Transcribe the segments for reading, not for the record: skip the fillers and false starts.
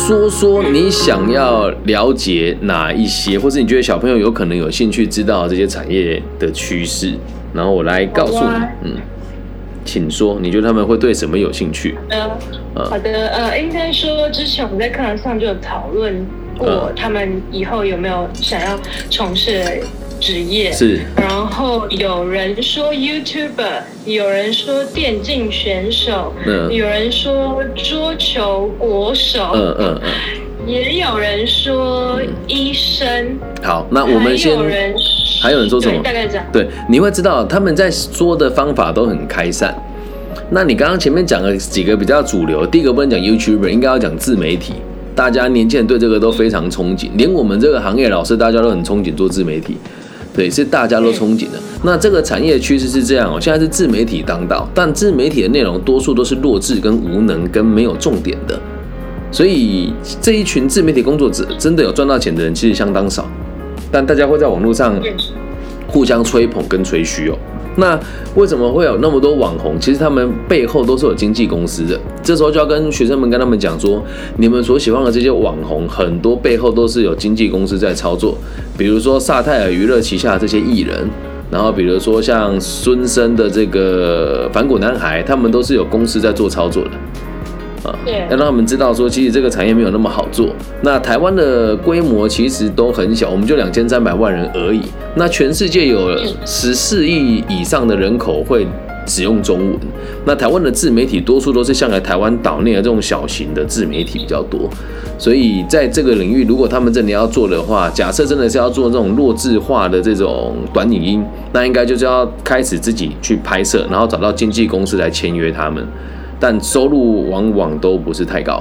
说说你想要了解哪一些，或是你觉得小朋友有可能有兴趣知道这些产业的趋势，然后我来告诉你。请说，你觉得他们会对什么有兴趣？ 好的，应该说之前我们在课堂上就有讨论过，他们以后有没有想要从事的职业？ 是。 然后有人说 YouTuber， 有人说电竞选手，有人说桌球国手，也有人说医生。 好，那我们先。还有人说什么？ 大概这样。 对，你会知道他们在说的方法都很开散。那你刚刚前面讲了几个比较主流，第一个不能讲 YouTuber， 应该要讲自媒体。大家年轻人对这个都非常憧憬，连我们这个行业老师大家都很憧憬做自媒体。对，是大家都憧憬的。那这个产业趋势是这样现在是自媒体当道，但自媒体的内容多数都是弱智、跟无能、跟没有重点的。所以这一群自媒体工作者真的有赚到钱的人其实相当少。但大家会在网络上互相吹捧跟吹嘘那为什么会有那么多网红？其实他们背后都是有经纪公司的。这时候就要跟学生们跟他们讲说，你们所喜欢的这些网红，很多背后都是有经纪公司在操作。比如说萨泰尔娱乐旗下的这些艺人，然后比如说像孙生的这个反骨男孩，他们都是有公司在做操作的。要让他们知道说，其实这个产业没有那么好做。那台湾的规模其实都很小，我们就2300万人而已。那全世界有14亿以上的人口会使用中文。那台湾的自媒体多数都是像台湾岛内的这种小型的自媒体比较多。所以在这个领域，如果他们真的要做的话，假设真的是要做这种弱智化的这种短影音，那应该就是要开始自己去拍摄，然后找到经纪公司来签约他们。但收入往往都不是太高，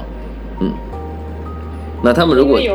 那他们如果有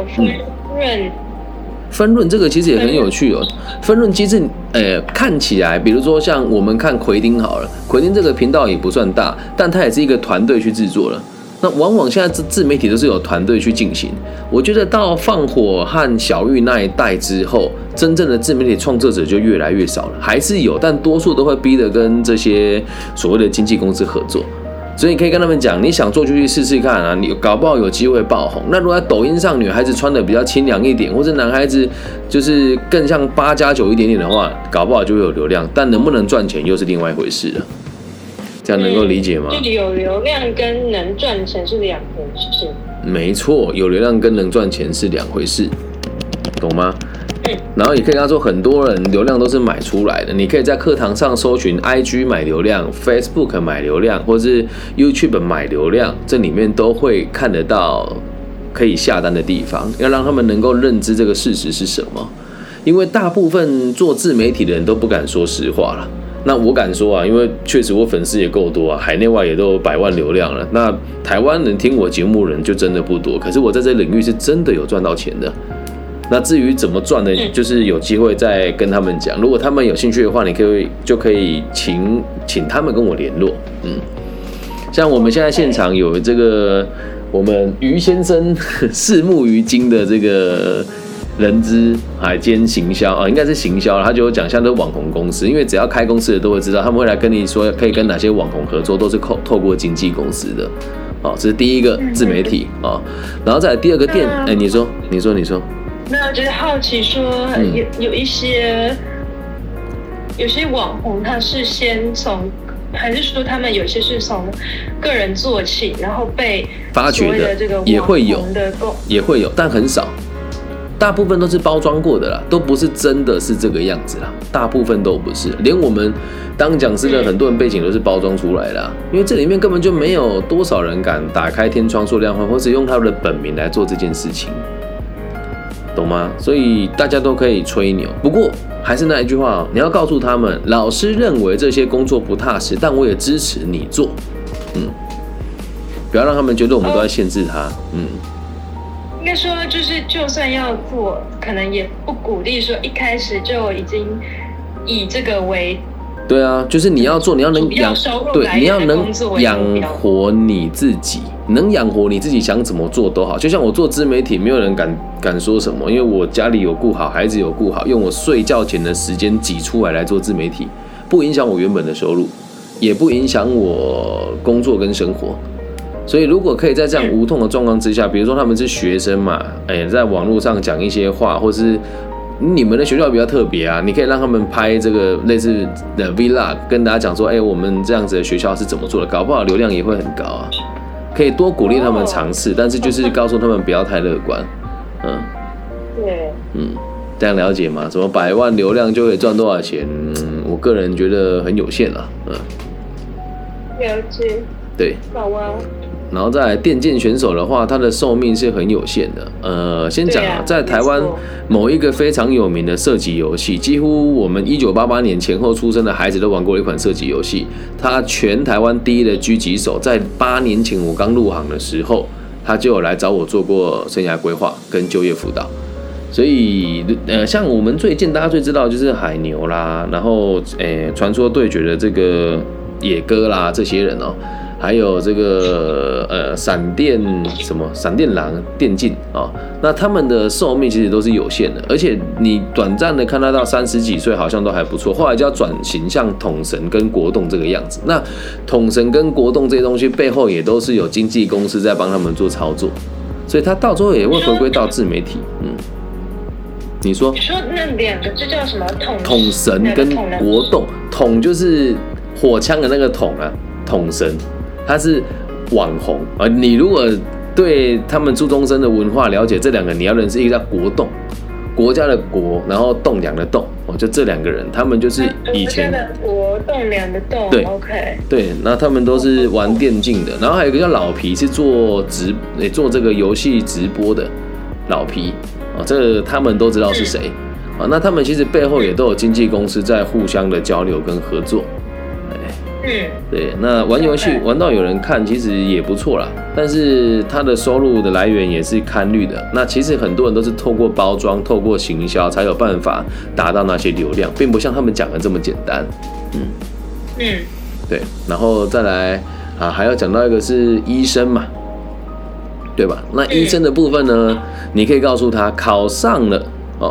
分润这个其实也很有趣分润机制，看起来，比如说像我们看奎丁好了，奎丁这个频道也不算大，但它也是一个团队去制作了。那往往现在自媒体都是有团队去进行。我觉得到放火和小玉那一代之后，真正的自媒体创作者就越来越少了，还是有，但多数都会逼着跟这些所谓的经纪公司合作。所以你可以跟他们讲，你想做就去试试看你搞不好有机会爆红。那如果在抖音上女孩子穿的比较清凉一点，或者男孩子就是更像8+9一点点的话，搞不好就会有流量，但能不能赚钱又是另外一回事了。这样能够理解吗？ 有流量跟能赚钱是两回事。 没错，有流量跟能赚钱是两回事，懂吗？然后也可以跟他说，很多人流量都是买出来的。你可以在课堂上搜寻 IG 买流量、Facebook 买流量，或是 YouTube 买流量，这里面都会看得到可以下单的地方，要让他们能够认知这个事实是什么。因为大部分做自媒体的人都不敢说实话了。那我敢说因为确实我粉丝也够多海内外也都有100万流量了。那台湾人听我节目人就真的不多，可是我在这领域是真的有赚到钱的。那至于怎么赚的，就是有机会再跟他们讲。如果他们有兴趣的话，你就可以请他们跟我联络。像我们现在现场有这个我们于先生拭目于今的这个人资兼行销应该是行销了。他就有讲，像这网红公司，因为只要开公司的都会知道，他们会来跟你说可以跟哪些网红合作，都是透过经纪公司的。这是第一个自媒体然后再来第二个店，你说。 那我就是好奇说，有一些网红，他是先从，还是说他们有些是从个人做起，然后被发掘的这个也会有，但很少，大部分都是包装过的啦，都不是真的是这个样子啦，大部分都不是，连我们当讲师的很多人背景都是包装出来的因为这里面根本就没有多少人敢打开天窗说亮话，或是用他们的本名来做这件事情。懂吗？所以大家都可以吹牛，不过还是那一句话你要告诉他们，老师认为这些工作不踏实，但我也支持你做，不要让他们觉得我们都在限制他， 应该说就算要做，可能也不鼓励说一开始就已经以这个为。 对啊，就是你要做，你要能养，对，你要能养活你自己，能养活你自己，想怎么做都好。就像我做自媒体，没有人敢说什么，因为我家里有顾好，孩子有顾好，用我睡觉前的时间挤出来做自媒体，不影响我原本的收入，也不影响我工作跟生活。 所以如果可以在这样无痛的状况之下，比如说他们是学生嘛，在网络上讲一些话，或是你们的学校比较特别啊，你可以让他们拍这个类似的 vlog， 跟大家讲说，我们这样子的学校是怎么做的，搞不好流量也会很高啊。可以多鼓励他们尝试，但是就是告诉他们不要太乐观。 对， 这样了解吗？什么100万流量就可以赚多少钱？我个人觉得很有限啦。 了解。 对。 好啊。 然后再来电竞选手的话，他的寿命是很有限的。先讲在台湾某一个非常有名的射击游戏，几乎我们1988年前后出生的孩子都玩过一款射击游戏。他全台湾第一的狙击手，在8年前我刚入行的时候，他就有来找我做过生涯规划跟就业辅导。所以像我们最近大家最知道就是海牛啦，然后传说对决的这个野哥啦这些人还有这个闪电狼电竞那他们的寿命其实都是有限的，而且你短暂的看他到30几岁好像都还不错，后来就要转型像统神跟国栋这个样子。那统神跟国栋这些东西背后也都是有经纪公司在帮他们做操作，所以他到最后也会回归到自媒体。你说那两个这叫什么？ 统神跟国栋，统就是火枪的那个统啊，统神。他是网红你如果对他们初中生的文化了解，这两个你要认识，一个叫国栋，国家的国，然后栋梁的栋就这两个人，他们就是以前国家的国，栋梁的栋， 对 ，OK， 对，那他们都是玩电竞的，然后还有一个叫老皮，是做这个游戏直播的老皮这个他们都知道是谁那他们其实背后也都有经纪公司在互相的交流跟合作。对，那玩游戏玩到有人看，其实也不错啦。但是他的收入的来源也是堪虑的。那其实很多人都是透过包装、透过行销，才有办法达到那些流量，并不像他们讲的这么简单。对，然后再来还要讲到一个是医生嘛，对吧？那医生的部分呢，你可以告诉他，考上了。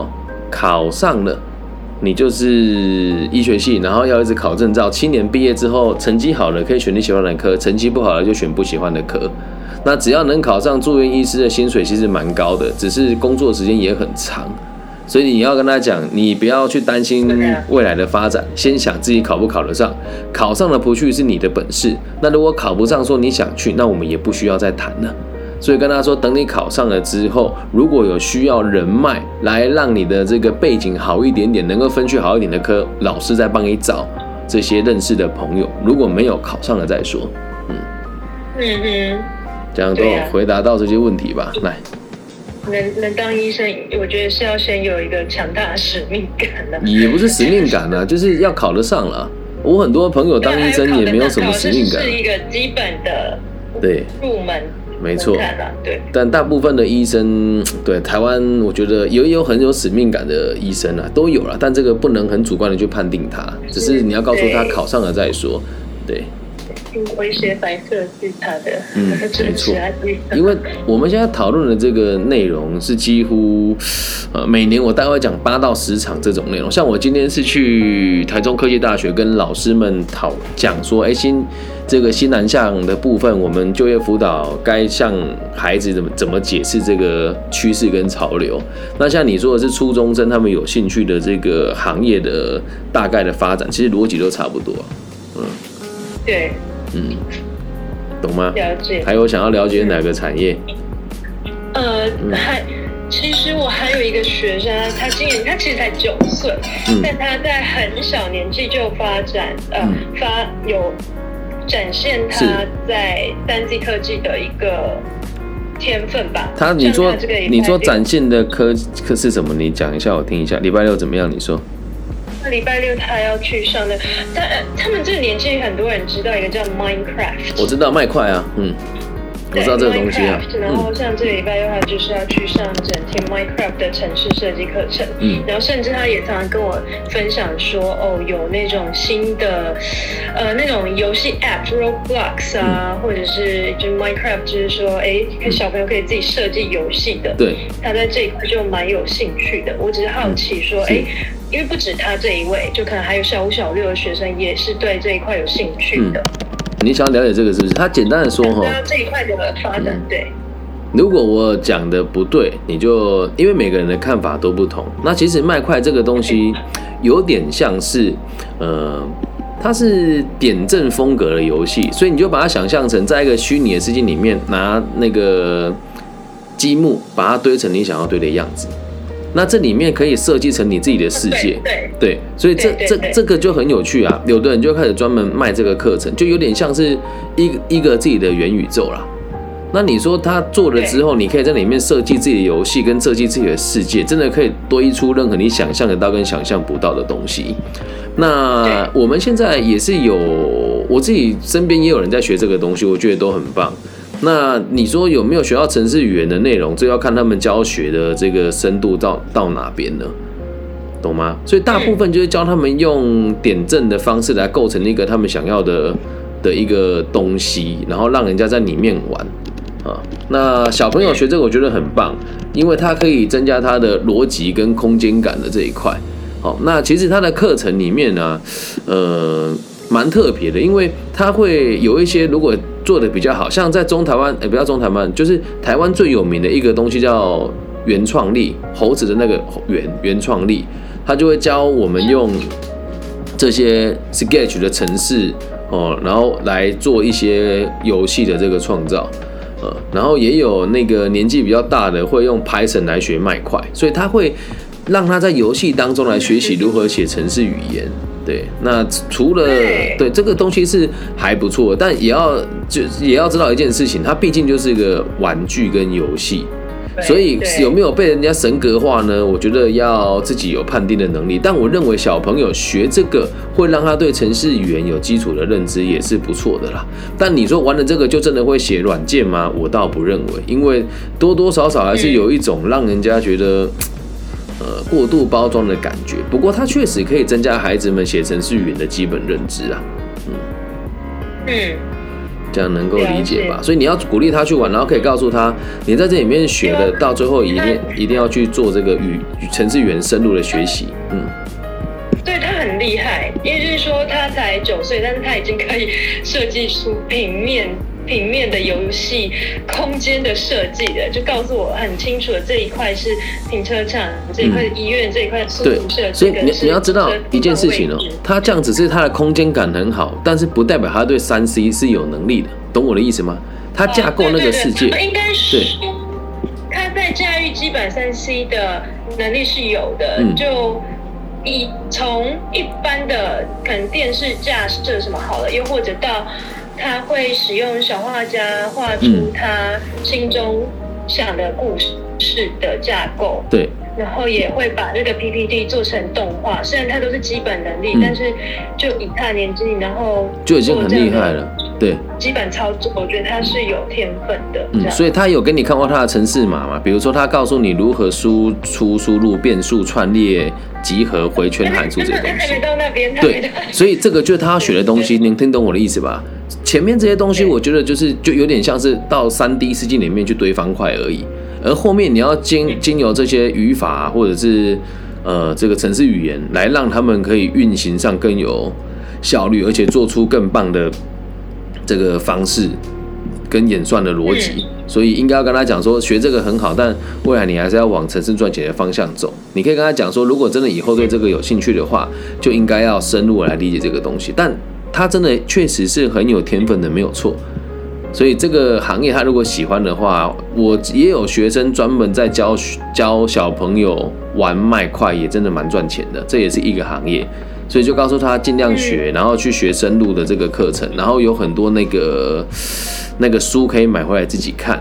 你就是医学系，然后要一直考证照，7年毕业之后，成绩好了可以选你喜欢的科，成绩不好了就选不喜欢的科。那只要能考上住院医师的薪水其实蛮高的，只是工作时间也很长。所以你要跟他讲，你不要去担心未来的发展，先想自己考不考得上，考上了不去是你的本事。那如果考不上说你想去，那我们也不需要再谈了。所以跟他说，等你考上了之后，如果有需要人脉来让你的这个背景好一点点，能够分去好一点的科，老师再帮你找这些认识的朋友。如果没有考上了再说。这样都有回答到这些问题吧？来， 能当医生，我觉得是要先有一个强大的使命感的。 也不是使命感啊，就是要考得上啦。我很多朋友当医生也没有什么使命感， 是一个基本的入门。 没错，对，但大部分的医生，对台湾，我觉得也有很有使命感的医生都有啦，但这个不能很主观的去判定他，只是你要告诉他考上了再说，对。 经过一些白色巨塔的没错，因为我们现在讨论的这个内容是几乎每年我大概会讲8到10场这种内容。像我今天是去台中科技大学跟老师们讲说，这个新南向的部分，我们就业辅导该向孩子怎么解释这个趋势跟潮流。那像你说的是初中生他们有兴趣的这个行业的大概的发展，其实逻辑都差不多。 对。 懂吗？ 了解。 还有想要了解哪个产业？ 其实我还有一个学生，他其实才9岁，但他在很小年纪就有展现他在3C 科技的一个天分吧。你说展现的科是什么？你讲一下我听一下。礼拜六怎么样？你说。 礼拜六他要去上的，他们这个年纪很多人知道一个叫 Minecraft， 我知道麦块啊，我知道这个东西啊。 然后像这个礼拜六他就是要去上整天 Minecraft 的程式设计课程，然后甚至他也常常跟我分享说，有那种新的那种游戏 App Roblox 啊，或者是就 Minecraft， 就是说小朋友可以自己设计游戏的， 对， 他在这一块就蛮有兴趣的。我只是好奇说，因为不止他这一位，就可能还有小5、小6的学生也是对这一块有兴趣的。 你想要了解这个是不是？他简单的说哈， 这一块的发展，对。 如果我讲的不对，你就因为每个人的看法都不同。那其实麦块这个东西有点像是，它是点阵风格的游戏，所以你就把它想象成在一个虚拟的世界里面，拿那个积木把它堆成你想要堆的样子。那这里面可以设计成你自己的世界，对，所以这个就很有趣啊。有的人就开始专门卖这个课程，就有点像是一个自己的元宇宙啦。那你说他做了之后，你可以在里面设计自己的游戏，跟设计自己的世界，真的可以堆出任何你想象得到跟想象不到的东西。那我们现在也是我自己身边也有人在学这个东西，我觉得都很棒。那你说有没有学到程式语言的内容？这要看他们教学的这个深度到哪边呢？懂吗？所以大部分就是教他们用点阵的方式来构成一个他们想要的一个东西，然后让人家在里面玩啊。那小朋友学这个我觉得很棒，因为它可以增加他的逻辑跟空间感的这一块。好，那其实他的课程里面呢，蛮特别的，因为它会有一些如果做的比较好，像在中台湾，不要中台湾，就是台湾最有名的一个东西叫原创力，猴子的那个原创力，它就会教我们用这些 Sketch 的程式然后来做一些游戏的这个创造，然后也有那个年纪比较大的会用 Python 来学麦块，所以他会让他在游戏当中来学习如何写程式语言。对，那除了对这个东西是还不错，但也要知道一件事情，它毕竟就是一个玩具跟游戏，所以有没有被人家神格化呢？我觉得要自己有判定的能力。但我认为小朋友学这个会让他对程式语言有基础的认知，也是不错的啦。但你说玩了这个就真的会写软件吗？我倒不认为，因为多多少少还是有一种让人家觉得过度包装的感觉。不过它确实可以增加孩子们写程式语言的基本认知啊。这样能够理解吧？所以你要鼓励他去玩，然后可以告诉他，你在这里面学的，到最后一定要去做这个程式语言深入的学习。 对，他很厉害，因为就是说他才9岁，但是他已经可以设计出平面的游戏空间的设计的，就告诉我很清楚的这一块是停车场，这一块是医院，这一块是宿舍。对， 所以你要知道一件事情他这样只是他的空间感很好，但是不代表他对3C 是有能力的，懂我的意思吗？他架构那个世界， 应该是他在驾驭基本3C 的能力是有的，就从一般的可能电视架设什么好了，又或者到他会使用小画家画出他心中想的故事的架构， 对， 然后也会把这个 PPT 做成动画。虽然他都是基本能力，但是就以他年纪，然后就已经很厉害了。对， 基本操作，我觉得他是有天分的。 所以他有给你看过他的程式码嘛？比如说他告诉你如何输出、输入、变数、串列、集合、回圈、函数这些东西。 还没到那边。 对，所以这个就是他要学的东西，你听懂我的意思吧？前面这些东西，我觉得就有点像是到3D 世界里面去堆方块而已，而后面你要经由这些语法或者是这个程式语言来让他们可以运行上更有效率，而且做出更棒的这个方式跟演算的逻辑。所以应该要跟他讲说，学这个很好，但未来你还是要往程式赚钱的方向走。你可以跟他讲说，如果真的以后对这个有兴趣的话，就应该要深入来理解这个东西。但他真的确实是很有天分的，没有错。所以这个行业他如果喜欢的话，我也有学生专门在教小朋友玩麦块，也真的蛮赚钱的，这也是一个行业。所以就告诉他尽量学，然后去学深入的这个课程，然后有很多那个书可以买回来自己看。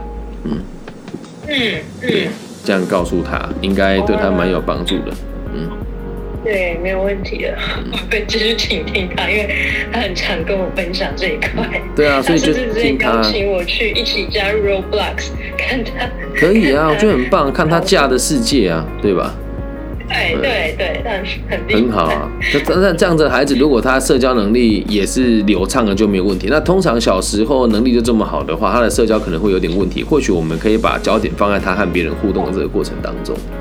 这样告诉他，应该对他蛮有帮助的。 对，没有问题的，我会继续倾听他，因为他很常跟我分享这一块。对啊，所以就听他。他甚至请我去一起加入 Roblox 看他。 可以啊，我觉得很棒，看他架的世界啊，对吧？ 对，但很好啊。那这样子的孩子，如果他社交能力也是流畅的，就没有问题。那通常小时候能力就这么好的话，他的社交可能会有点问题。或许我们可以把焦点放在他和别人互动的这个过程当中。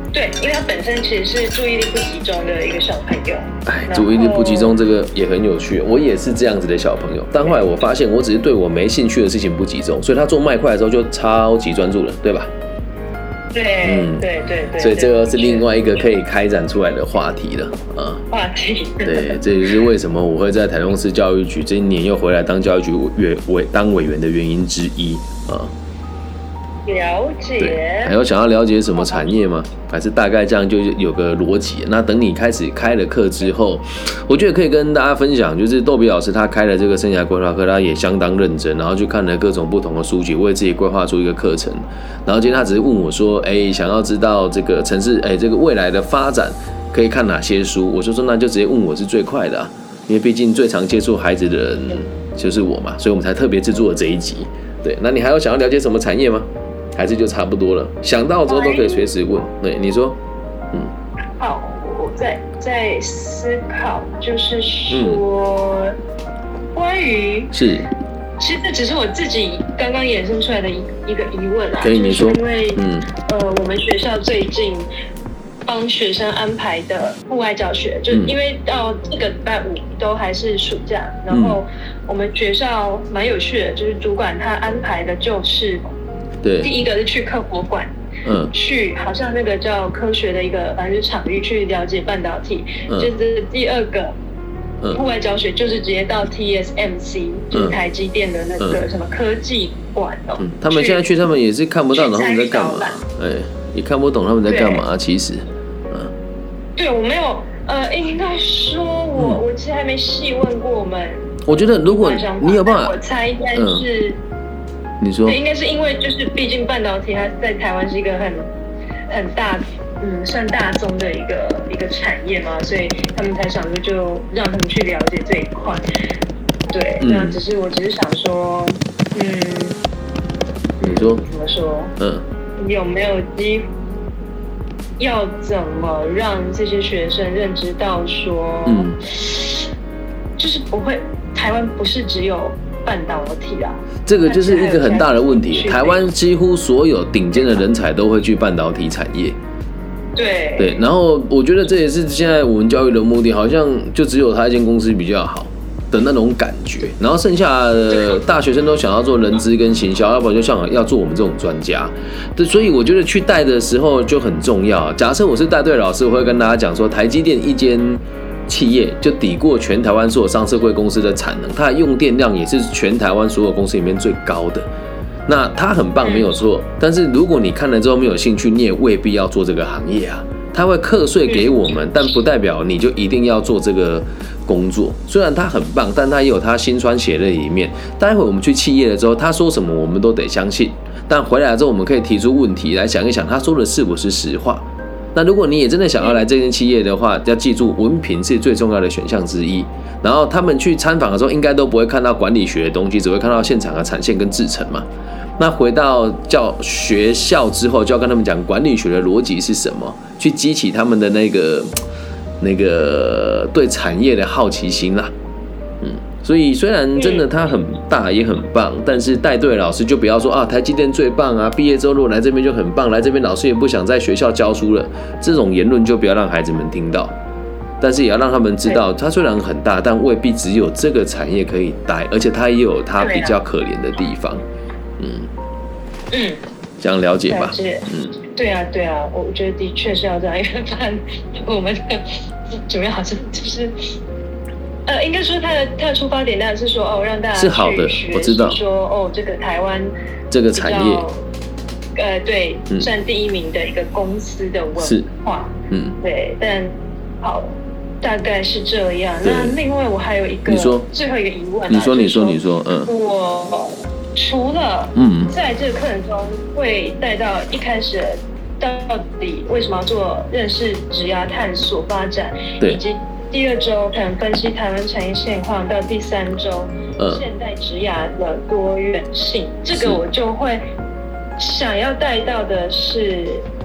对，因为他本身其实是注意力不集中的一个小朋友。 注意力不集中这个也很有趣，我也是这样子的小朋友，但后来我发现我只是对我没兴趣的事情不集中，所以他做麦块的时候就超级专注了，对吧？ 对， 所以这个是另外一个可以开展出来的话题了啊。 话题。 对，这就是为什么我会在台中市教育局这一年又回来当教育局当委员的原因之一啊。 了解。 还有想要了解什么产业吗？还是大概这样就有个逻辑？那等你开始开了课之后，我觉得可以跟大家分享，就是豆比老师他开了这个生涯规划课，他也相当认真，然后去看了各种不同的书籍，为自己规划出一个课程。然后今天他只是问我说，想要知道这个城市，这个未来的发展可以看哪些书？我就说那就直接问我是最快的因为毕竟最常接触孩子的人就是我嘛，所以我们才特别制作了这一集。对，那你还有想要了解什么产业吗？还是就差不多了？想到之后都可以随时问。对，你说， 好，我在思考，就是说，关于其实这只是我自己刚刚衍生出来的一个疑问啊。 可以，你说。 因为我们学校最近帮学生安排的户外教学，就因为到这个礼拜5都还是暑假，然后我们学校蛮有趣的，就是主管他安排的就是。 对， 第一个是去科博馆，去好像那个叫科学的一个反正场域去了解半导体，就是第二个户外教学就是直接到 TSMC，就是台积电的那个什么科技馆他们现在去，他们也是看不到，然后他们在干嘛？也看不懂他们在干嘛。其实， 对我没有，应该说我其实还没细问过我们。 我觉得如果你有办法， 我猜应该是。 你说应该是因为就是毕竟半导体它在台湾是一个很大算大宗的一个产业嘛，所以他们才想说就让他们去了解这一块。对，那我只是想说， 你说怎么说？有没有要怎么让这些学生认知到说，就是不会，台湾不是只有。半导体啊， 这个就是一个很大的问题。台湾几乎所有顶尖的人才都会去半导体产业。对，然后我觉得这也是现在我们教育的目的，好像就只有他一间公司比较好的那种感觉。然后剩下的大学生都想要做人资跟行销，要不然就像要做我们这种专家。对，所以我觉得去带的时候就很重要。假设我是带队老师，我会跟大家讲说，台积电一间企业就抵过全台湾所有上市柜公司的产能，它的用电量也是全台湾所有公司里面最高的。那它很棒，没有错。但是如果你看了之后没有兴趣，你也未必要做这个行业啊。它会课税给我们，但不代表你就一定要做这个工作。虽然它很棒，但它也有它辛酸血泪的一面。待会我们去企业了之后，他说什么我们都得相信。但回来之后，我们可以提出问题来想一想，他说的是不是实话。那如果你也真的想要来这间企业的话，要记住文凭是最重要的选项之一。然后他们去参访的时候，应该都不会看到管理学的东西，只会看到现场的产线跟制程嘛。那回到学校之后，就要跟他们讲管理学的逻辑是什么，去激起他们的那个对产业的好奇心啦。所以虽然真的它很大也很棒，但是带队老师就不要说台积电最棒啊，毕业之后如果来这边就很棒，来这边老师也不想在学校教书了，这种言论就不要让孩子们听到。但是也要让他们知道，它虽然很大，但未必只有这个产业可以带，而且它也有它比较可怜的地方。这样了解吧？ 对啊，我觉得的确是要这样，因为我们主要好像就是。应该说他的出发点当然是说让大家是好的，我知道。 说这个台湾这个产业， 对，占第一名的一个公司的文化，对，但好，大概是这样。那另外我还有一个最后一个疑问， 你说， 我除了在这个课程中会带到一开始到底为什么要做认识职涯探索发展，以及第2周可能分析台湾产业现况，到第3周现代职涯的多元性，这个我就会想要带到的是，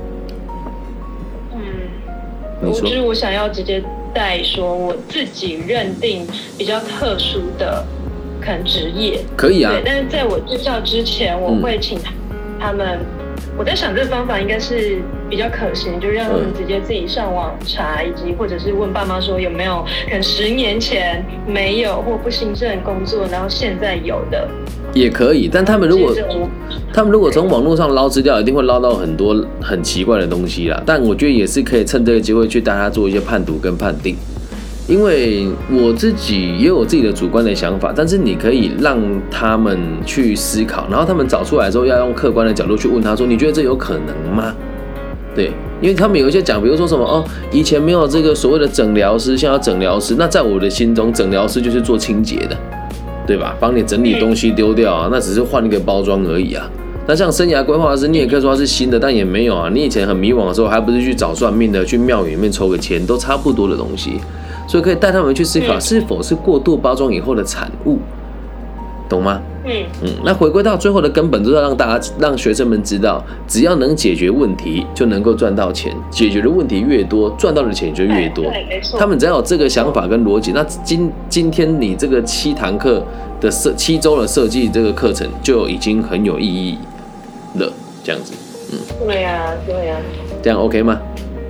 就是我想要直接带说我自己认定比较特殊的可能职业， 可以啊。 对，但是在我介绍之前，我会请他们我在想这个方法应该是比较可行，就是让他们直接自己上网查，以及或者是问爸妈说有没有可能10年前没有或不兴盛工作，然后现在有的也可以。但他们如果从网络上捞资料，一定会捞到很多很奇怪的东西啦。但我觉得也是可以趁这个机会去带他做一些判读跟判定。因为我自己也有自己的主观的想法，但是你可以让他们去思考，然后他们找出来之后，要用客观的角度去问他说：“你觉得这有可能吗？”对，因为他们有一些讲，比如说什么以前没有这个所谓的整疗师，现在要整疗师。那在我的心中，整疗师就是做清洁的，对吧？帮你整理东西丢掉啊，那只是换一个包装而已啊。那像生涯规划师，你也可以说他是新的，但也没有啊。你以前很迷惘的时候，还不是去找算命的，去庙宇里面抽个签，都差不多的东西。所以可以带他们去思考，是否是过度包装以后的产物，懂吗？那回归到最后的根本，就是要让学生们知道，只要能解决问题，就能够赚到钱。解决的问题越多，赚到的钱就越多。他们只要有这个想法跟逻辑，那今天你这个7堂课的7周的设计这个课程就已经很有意义了。这样子， 对呀，对呀。 这样 OK 吗？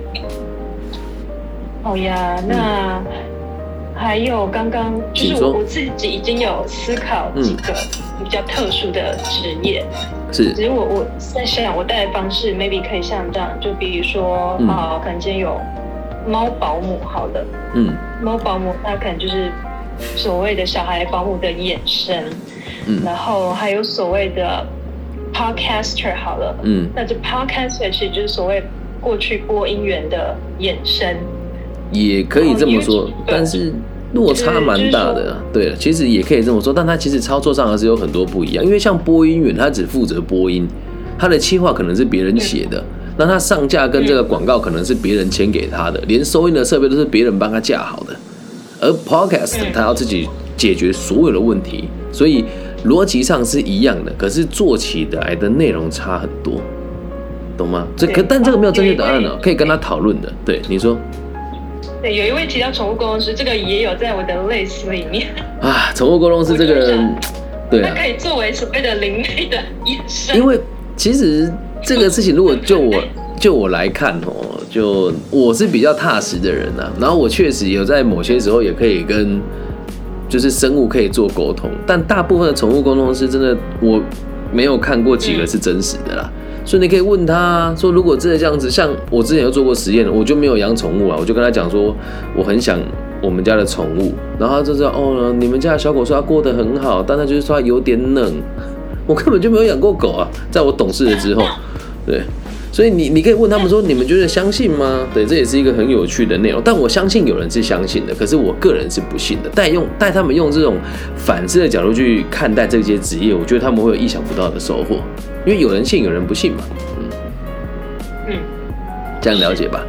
好呀，那还有刚刚就是我自己已经有思考几个比较特殊的职业，只是我在想我带的方式 maybe 可以像这样，就比如说可能今天有猫保姆，好了，猫保姆那可能就是所谓的小孩保姆的衍生，然后还有所谓的 podcaster 好了，那这 podcaster 其实就是所谓过去播音员的衍生。 也可以这么说，但是落差蛮大的。对了，其实也可以这么说，但它其实操作上还是有很多不一样。因为像播音员，他只负责播音，他的企划可能是别人写的，那他上架跟这个广告可能是别人签给他的，连收音的设备都是别人帮他架好的。而 podcast 他要自己解决所有的问题，所以逻辑上是一样的，可是做起来的内容差很多，懂吗？但这个没有正确答案哦，可以跟他讨论的。对，你说。 对，有一位提到宠物沟通师，这个也有在我的 list 里面啊。宠物沟通师这个，对啊， 它可以作为所谓的灵媒的衍生。 因为其实这个事情，如果就我来看就我是比较踏实的人啊，然后我确实有在某些时候也可以跟就是生物可以做沟通，但大部分的宠物沟通师真的我没有看过几个是真实的啦。所以你可以问他说，如果真的这样子，像我之前有做过实验，我就没有养宠物啊，我就跟他讲说，我很想我们家的宠物，然后他就知道你们家的小狗说它过得很好，但他就是说它有点冷，我根本就没有养过狗啊，在我懂事了之后，对，所以你可以问他们说，你们觉得相信吗？对，这也是一个很有趣的内容，但我相信有人是相信的，可是我个人是不信的。带他们用这种反思的角度去看待这些职业，我觉得他们会有意想不到的收获。因为有人信，有人不信嘛，这样了解吧？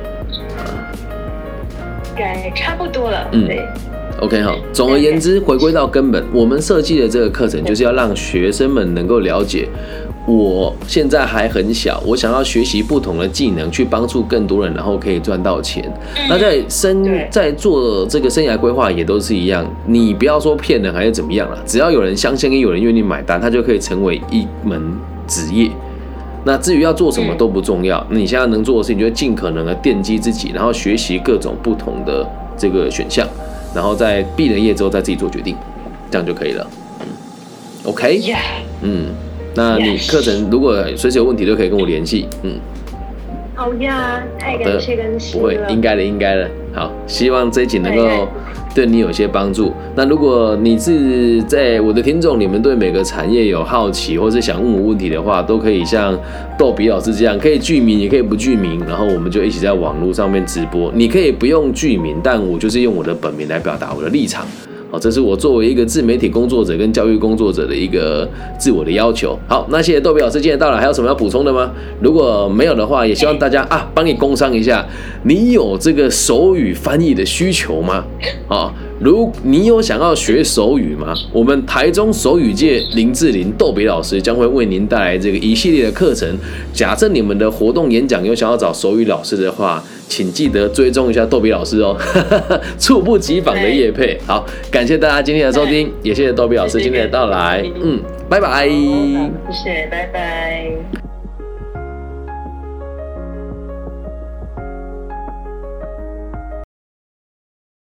该差不多了，对。 OK 好，总而言之，回归到根本，我们设计的这个课程就是要让学生们能够了解，我现在还很小，我想要学习不同的技能，去帮助更多人，然后可以赚到钱。那在做这个生涯规划也都是一样，你不要说骗人还是怎么样啦，只要有人相信，有人愿意买单，他就可以成为一门职业。那至于要做什么都不重要，那你现在能做的事情就是尽可能的奠基自己，然后学习各种不同的这个选项，然后在毕了业之后再自己做决定，这样就可以了。OK， 那你课程如果随时有问题都可以跟我联系。 好呀，太感谢跟谢了。 不会，应该的。好，希望这一集能够对你有些帮助。那如果你是在我的听众，你们对每个产业有好奇，或是想问我问题的话，都可以像逗比老师这样，可以具名也可以不具名，然后我们就一起在网络上面直播。你可以不用具名，但我就是用我的本名来表达我的立场。这是我作为一个自媒体工作者跟教育工作者的一个自我的要求。好，那谢谢逗比老师今天到了，还有什么要补充的吗？如果没有的话，也希望大家帮你工商一下，你有这个手语翻译的需求吗？如你有想要学手语吗？我们台中手语界林志玲逗比老师将会为您带来这个一系列的课程。假设你们的活动演讲有想要找手语老师的话，请记得追踪一下逗比老师哦，猝不及防的业配。好，感谢大家今天的收听，也谢谢逗比老师今天的到来。拜拜。 谢谢，拜拜。